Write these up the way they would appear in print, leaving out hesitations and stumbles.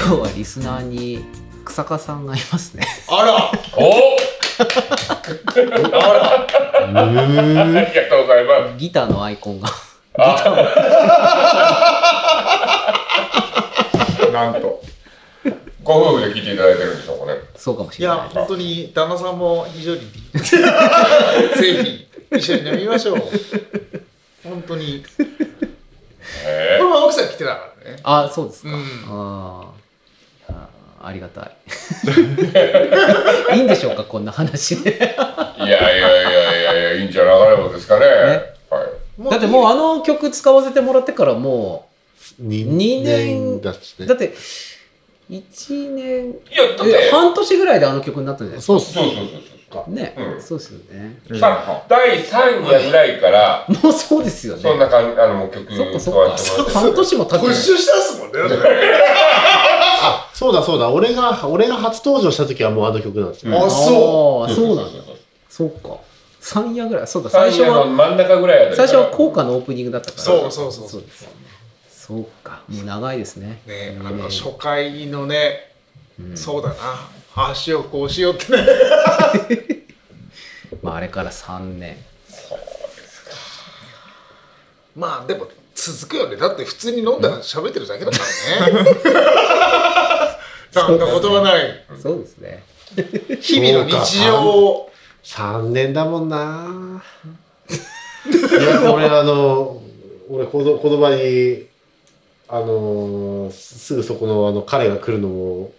日はリスナーに草加さんがいますね。 あらおあらありがとうございます。 ギターのアイコンがなんとご夫婦で聞いていただいてるんでしょうかね。 そうかもしいれない。 や本当に旦那さんも非常にぜひ一緒に飲みましょう。本当にこれも奥さん来てたからね。 あ、そうですか。 うんありがたい。いいんでしょうか、こんな話で。 いやいいんじゃなかろうですかね。はい。 だってもうあの曲使わせてもらってからもう2年だしね。 だって1年いやだって半年ぐらいであの曲になったんじゃないですか。 そうね、 うんそうですよね。 第3夜ぐらいからもうそうですよね。 そんな感じ曲そっかそ使わっか。 せてもらって半年も経ってない。 プッシュしたっすもんね。 あ、そうだ。俺が初登場した時はもうあの曲なんですよ。 あそうそうなんだ。そうか。3夜ぐらい。そうだ。 最初の真ん中ぐらいあたり最初は効果のオープニングだったから。 そうそうですよね。そうか。もう長いですね。 ね、初回のね、そうだな、足をこうしようってね。 まああれから3年。 まあでも続くよね。だって普通に飲んだら喋ってるだけだからね。そんなことはない。 そうですね。 日々の日常を。 3年だもんな。いや、俺この場にすぐそこの彼が来るのを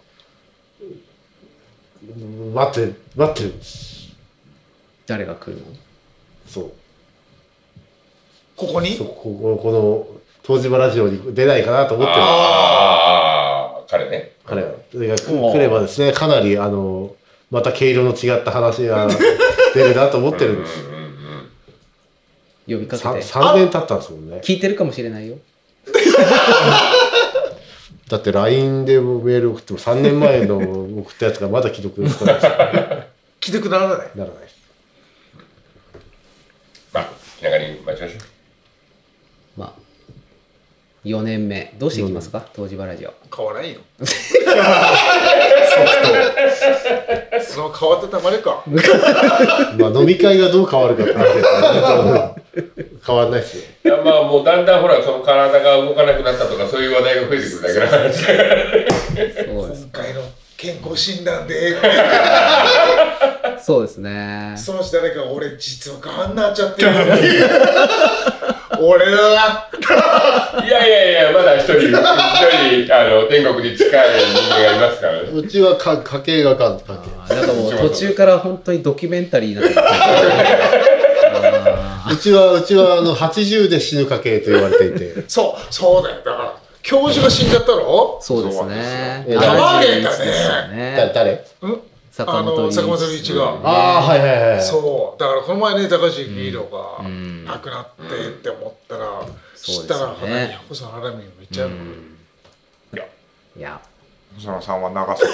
待ってるんです。 誰が来るの？ そう。 ここに？ そうこの東芝ラジオに出ないかなと思ってる。 彼ね。 彼が来ればですね、かなりまた毛色の違った話が出るなと思ってるんです。 呼びかけて。 3年経ったんですもんね。 聞いてるかもしれないよ。 だって LINE でメール送っても3年前の送ったやつがまだ既読ですから既読ならない。 ならない。 まあ気長に待ちましょう。 まあ4年目どうしていきますか、東芝ラジオ。 変わらんよ。その変わってたまるか。 まあ飲み会がどう変わるかって変わらないですよ。 いやまあもうだんだんほらその体が動かなくなったとかそういう話題が増えてくるだけの話だからね。 そうです今回の健康診断でそうですね。 そのうち誰か俺実はがんになっちゃってるのに俺だな。 いやまだ一人天国に近い人間がいますからね。 うちは家計がかん家計。 なんかもう途中から本当にドキュメンタリーになってる。 うちは80で死ぬ家系と言われていて。 そうだよ。だから教授が死んじゃったろ。 そうですね。 やばいね誰？ 坂本龍一が。 ああはい。 そうだからこの前ね高橋幸宏が亡くなってって思ったら、知ったら細野晴臣めっちゃいや細野さんは長そう。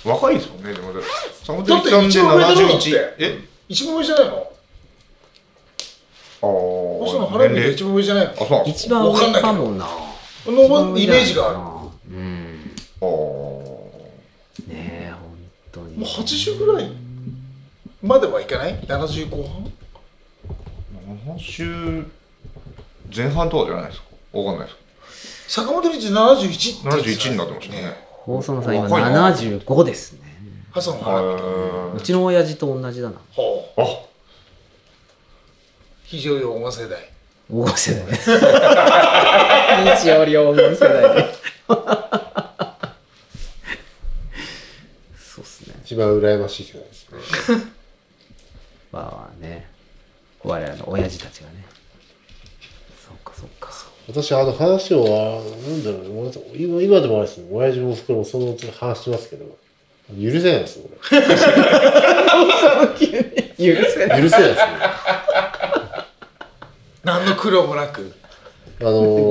若いですもんね。でも坂本龍一さんで71。え？ 一番上じゃないの？細野晴臣が一番上じゃないの？ 一番上かもな。 のイメージがある。 ねえ本当に。 もう80ぐらいまではいかない？70後半 ？70前半とかじゃないですか。わかんないです。 坂本龍一71って 71になってましたね。 細野さん今75ですね。 細野晴臣。うちの親父と同じだな。 非常に黄金世代。 黄金世代ね。日曜日黄金世代ね。そうっすね。 一番羨ましい世代ですね。 まあね、我々の親父たちがね。そうか。 私話をなんだろう、今でもあれですね、親父も袋もそのうち話しますけど、許せないですよ俺。 許せないですね。 何の苦労もなく。 まあ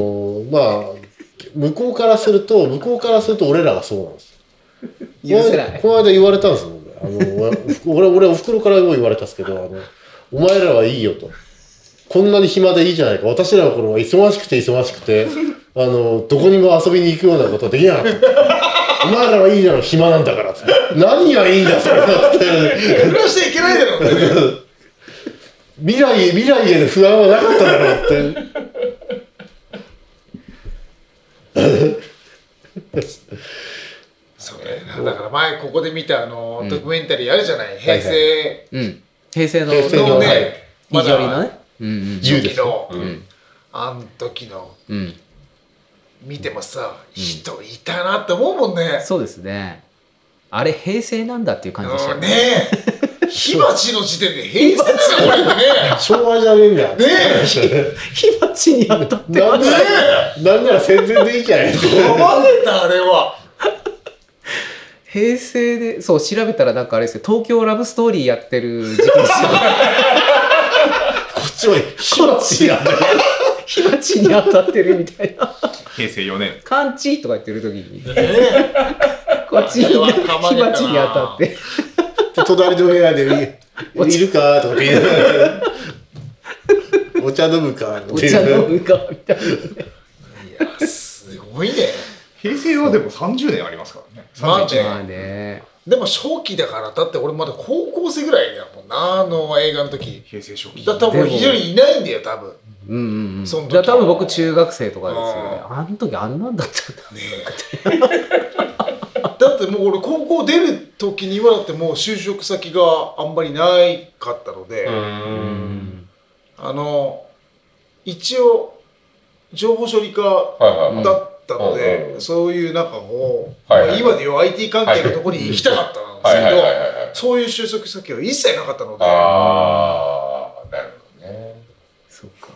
向こうからすると俺らがそうなんです。 許せない。 この間言われたんですよ。俺お袋からも言われたんですけど、お前らはいいよと。こんなに暇でいいじゃないか。私らの頃は忙しくてどこにも遊びに行くようなことできなかった。お前らはいいだろ、暇なんだからって。何がいいんだそれだって。 暮らしていけないだろうってね。 未来への不安はなかっただろうって。 そうね。だから前ここで見たドキュメンタリーあるじゃない。平成平成ののね、 非常にのね。 初期のあん時の見てもさ、人いたなって思うもんね。 そうですね。あれ平成なんだっていう感じでしたよね。 ねえ。火鉢の時点で平成ですよ、これってね。 昭和じゃねえんだ。 ねえ。 火鉢に当たってまねした。 え。 なんなら戦前でいいじゃないですか。 暴れたあれは。 平成で、そう、調べたらなんかあれですよ、東京ラブストーリーやってる時期ですよ。 こっちは火鉢やね。 火鉢に当たってるみたいな。 平成4年。 カンチとか言ってる時に、 ねえ。 こっちにあれはたまげたな火鉢に当たって。 隣の部屋でいるかとか言ってお茶飲むかお茶飲むかみたいな。 いや、すごいね。 平成はでも30年ありますからね。 まあねまあね。 でも初期だから、だって俺まだ高校生ぐらいだもんな、映画の時。 平成初期。 だから多分非常にいないんだよ、多分。その時だから多分僕中学生とかですよね。あの時あんなんだったんだ。 ねえ。だってもう俺高校出る時にはだってもう就職先があんまりないかったので、一応情報処理科だったので、そういうなんかこう、今でいう IT 関係のところに行きたかったんですけど、そういう就職先は一切なかったので。 ああ、なるほどね。 そうか。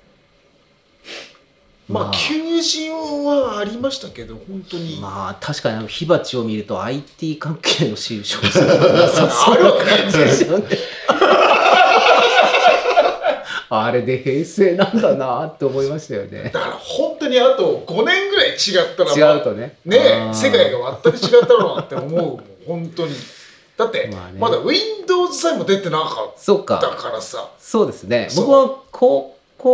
まあ求人はありましたけど、本当に。 まあ確かに火鉢を見ると IT 関係の就職先あるわけあれで平成なんだなって思いましたよね。 だから本当にあと5年ぐらい違ったら、 違うとね。 ね、世界が全く違ったろうなって思うもん、本当に。だってまだ Windows さえも出てなかそうったか。 からさ。 そうですね。 そう僕は高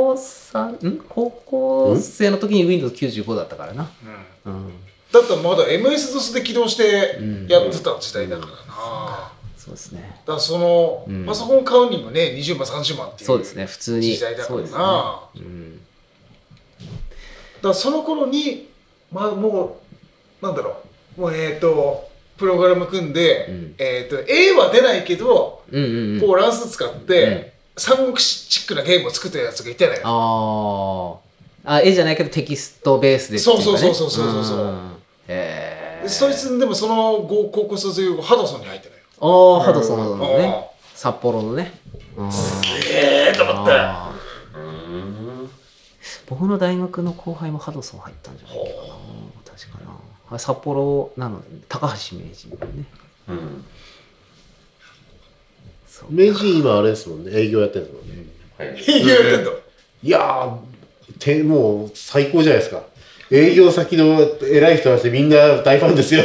校生の時に Windows95 だったからな。 だったらまだ MS-DOS で起動してやってた時代だからな。 そうですね。 だからそのパソコン買うにもね、20万30万っていうそうですね。普通に時代だからな。だそうですね。 からその頃にまあもうなんだろう、もうプログラム組んで、絵は出ないけど、こう乱数使って、三国志チックなゲームを作ったやつがいてね。 絵じゃないけどテキストベースでっていうかね。 そう。そいつでもその後高校卒業後ハドソンに入ってないよ。 ハドソンのね。札幌のね。 すげえと思って。 僕の大学の後輩もハドソン入ったんじゃないかな。確かな。札幌なので高橋名人だよね。 名人今あれですもんね、営業やってるんですもんね。 営業やってんだ。 いやー、もう最高じゃないですか。営業先の偉い人たちみんな大ファンですよ。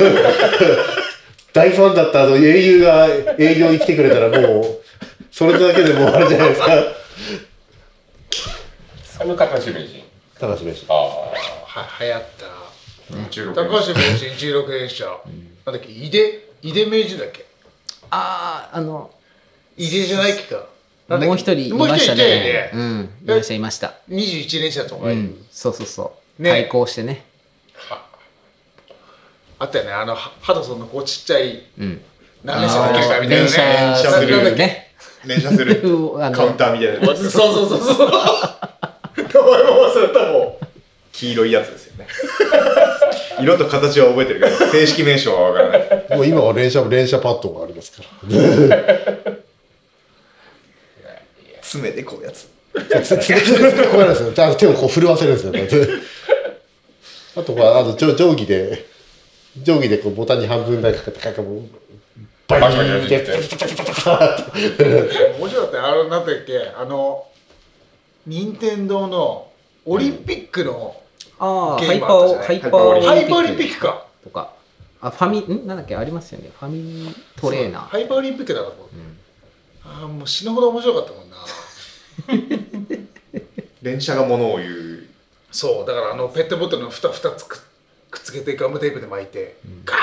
大ファンだった英雄が営業に来てくれたらもうそれだけでもうあれじゃないですか。 高橋名人。 高橋名人。 流行った。 16 高橋名人16連射。なんだっけ、井出名人だっけ。井出じゃないっけか。 もう一人いましたね。いました。 21連射とか。 そう。対抗してね。 あったよね、ハドソンのこうちっちゃい何連射できるかみたいなね。 連射するね。 連射するカウンターみたいな。 そう。名前も忘れたもん。 黄色いやつですよね。色と形は覚えてるけど正式名称は分からない。 もう今は連射パッドがありますから。 爪でこうやつ。 こうやるんですよ。手をこう震わせるんですよ。あとは定規でこうボタンに半分だけかけてもうバリーンって。 面白かったよ。なんだっけ、任天堂のオリンピックのハイゲームパーオリンピックかとか、なんだっけありますよね。ファミトレーナー。 ハイパーオリンピックだからもう死ぬほど面白かったもんな。 連射がものを言うそうだからペットボトルの2つくっつけてガムテープで巻いて、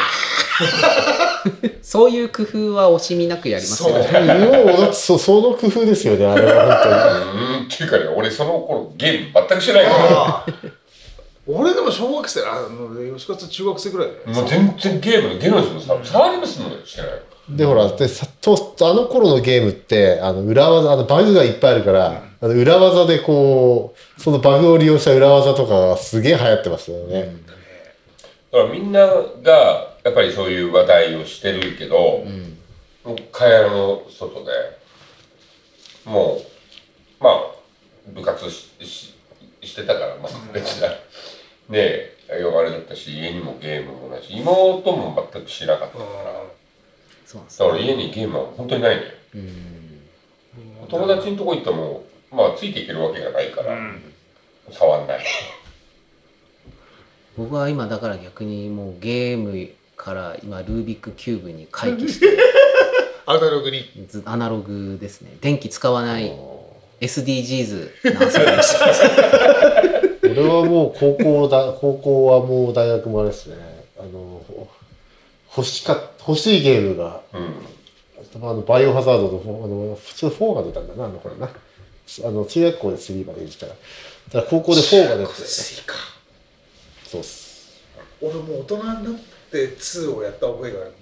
そういう工夫は惜しみなくやりますよね。 もうだってその工夫ですよね、あれは本っていうかね、俺その頃ゲーム全くしてないから俺でも小学生吉勝中学生ぐらいでもう全然ゲームのゲノジのさ、触りますもんしてない。 当に。で、ほら、あの頃のゲームって、裏技、バグがいっぱいあるから、裏技でこう、そのバグを利用した裏技とかがすげえ流行ってましたよね。 だからみんながやっぱりそういう話題をしてるけど、もう蚊帳の外でもうまあ部活してたからまあ別だであれだったし、家にもゲームもないし、妹も全くしなかったから、 そうなんですだから家にゲームは本当にないのよ。友達のとこ行ってもまあついていけるわけがないから、触んない。 僕は今だから逆にもうゲームから今ルービックキューブに回帰してアナログにアナログですね。電気使わない SDGs な遊びでした俺はもう高校はもう大学もあれですね、欲しいゲームが、バイオハザードの普通4が出たんだな、これな。中学校で3まで出てたら、だから高校で4が出てて、そうっす。 俺もう大人になって2をやった覚えがある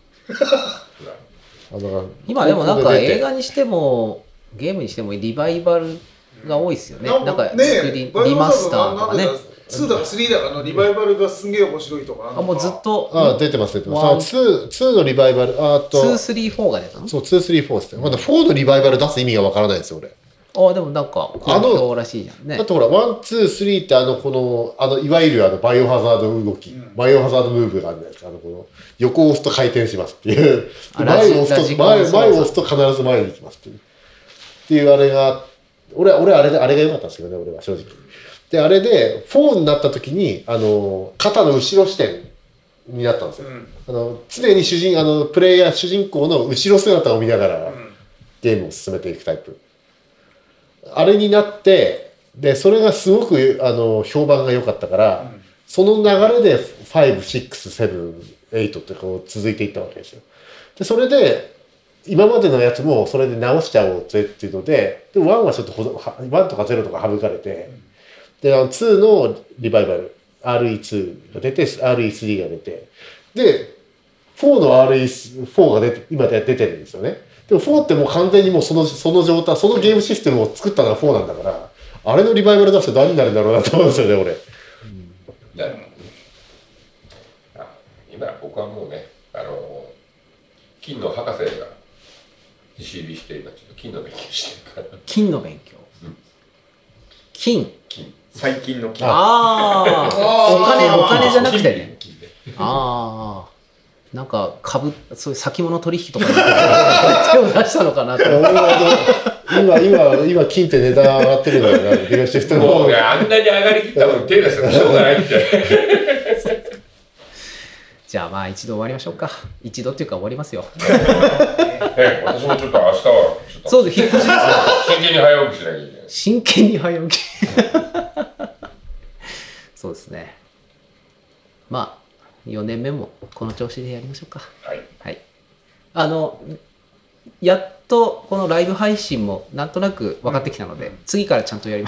もんな今でもなんか映画にしてもゲームにしてもリバイバルが多いですよね。なんかリマスターとかね。 2だか3だかのリバイバルがすんげえ面白いとかなんかもうずっと出てます。2のリバイバル、 2、3、4が出たの？ そう、2、3、4ですね。まだ4のリバイバル出す意味がわからないですよ、俺。 でもなんか好評らしいじゃんね。 だってほら、1、2、3っていわゆるバイオハザード動き、バイオハザードムーブがあるじゃないですか。この横を押すと回転しますっていう。前を押すと必ず前に行きますっていうあれが、俺あれが良かったんですけどね、俺は正直。で、あれで、4になった時に、肩の後ろ視点になったんですよ。常にプレイヤー、主人公の後ろ姿を見ながら、ゲームを進めていくタイプ。あれになって、で、それがすごく、評判が良かったから、その流れで5、6、7、8ってこう続いていったわけですよ。で、それで、今までのやつもそれで直しちゃおうぜっていうので、でも1はちょっと1とか0とか省かれて、で、2のリバイバル、RE2 が出て、RE3 が出て、で、4の RE4 が今出てるんですよね。でも4ってもう完全にもうその状態、そのゲームシステムを作ったのが4なんだから、あれのリバイバル出して何になるんだろうなと思うんですよね、俺。 今僕はもうね、金の博士が自主入りして今ちょっと金の勉強してるから。 金の勉強。金。 最近の金。 お金じゃなくてね。なんかそういう先物取引とかに手を出したのかなと。 今金って値段上がってるんだよな、東シフトの。 もうね、あんなに上がりきった分手出したらしょうがないって。 じゃあまあ一度終わりましょうか。一度っていうか終わりますよ。 私もちょっと明日はそうです、引っ越しですよ。 真剣に早起きしなきゃいけない。 真剣に早起き。そうですね。まあ4年目もこの調子でやりましょうか。はい。やっとこのライブ配信もなんとなく分かってきたので、次からちゃんとやります。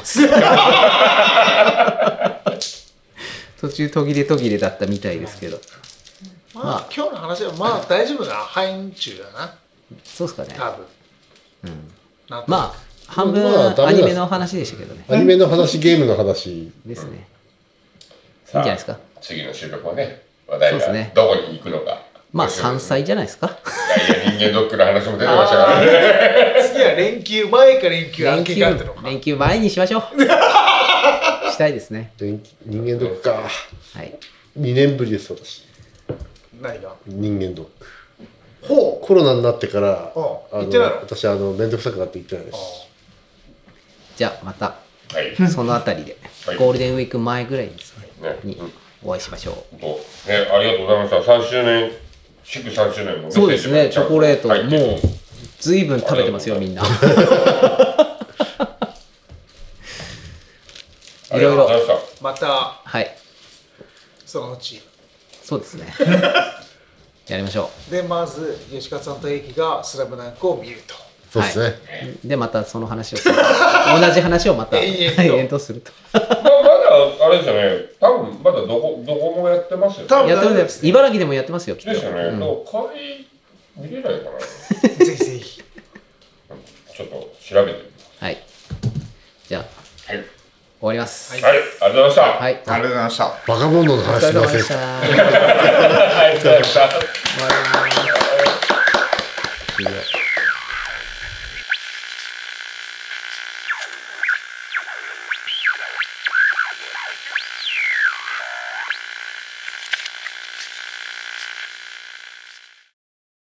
途中途切れだったみたいですけど。 まあ今日の話はまあ大丈夫な範疇だな。 そうですかね。 多分。 まあ半分アニメの話でしたけどね。 アニメの話、ゲームの話ですね。いいんじゃないですか。 次の収録はね、話題がどこに行くのか。 まあ山菜じゃないですか。 いや人間ドックの話も出てましたからね。 次は連休前か連休明けかってのか。 連休前にしましょう。したいですね。 人間ドックか。 はい。 2年ぶりです、私。 何が？ 人間ドック。 ほう。 コロナになってから行ってないの？ 私面倒くさくなって行ってないです。 じゃあまたそのあたりでゴールデンウィーク前ぐらいにお会いしましょう。 ね、ありがとうございました。3周年、祝3周年のそうですね。チョコレートもうずいぶん食べてますよみんな。いろいろたはいそのうちそうですねやりましょでまず吉川さんとエイキがスラムダンクを見るとそうですね。 うでまたその話をする同じ話をまた延々と延々とするとまだあれですよね、多分まだどこもやってますよね。 多分やってます茨城でもやってますよきっとですよね。 うんだから会見れないかな。 ぜひぜひちょっと調べてみます。 はいじゃあはい。 終わりますはい、ありがとうございました。 はいありがとうございました。 バカボンドのお話すいません疲れ様でし。たありがとうございました。 終わります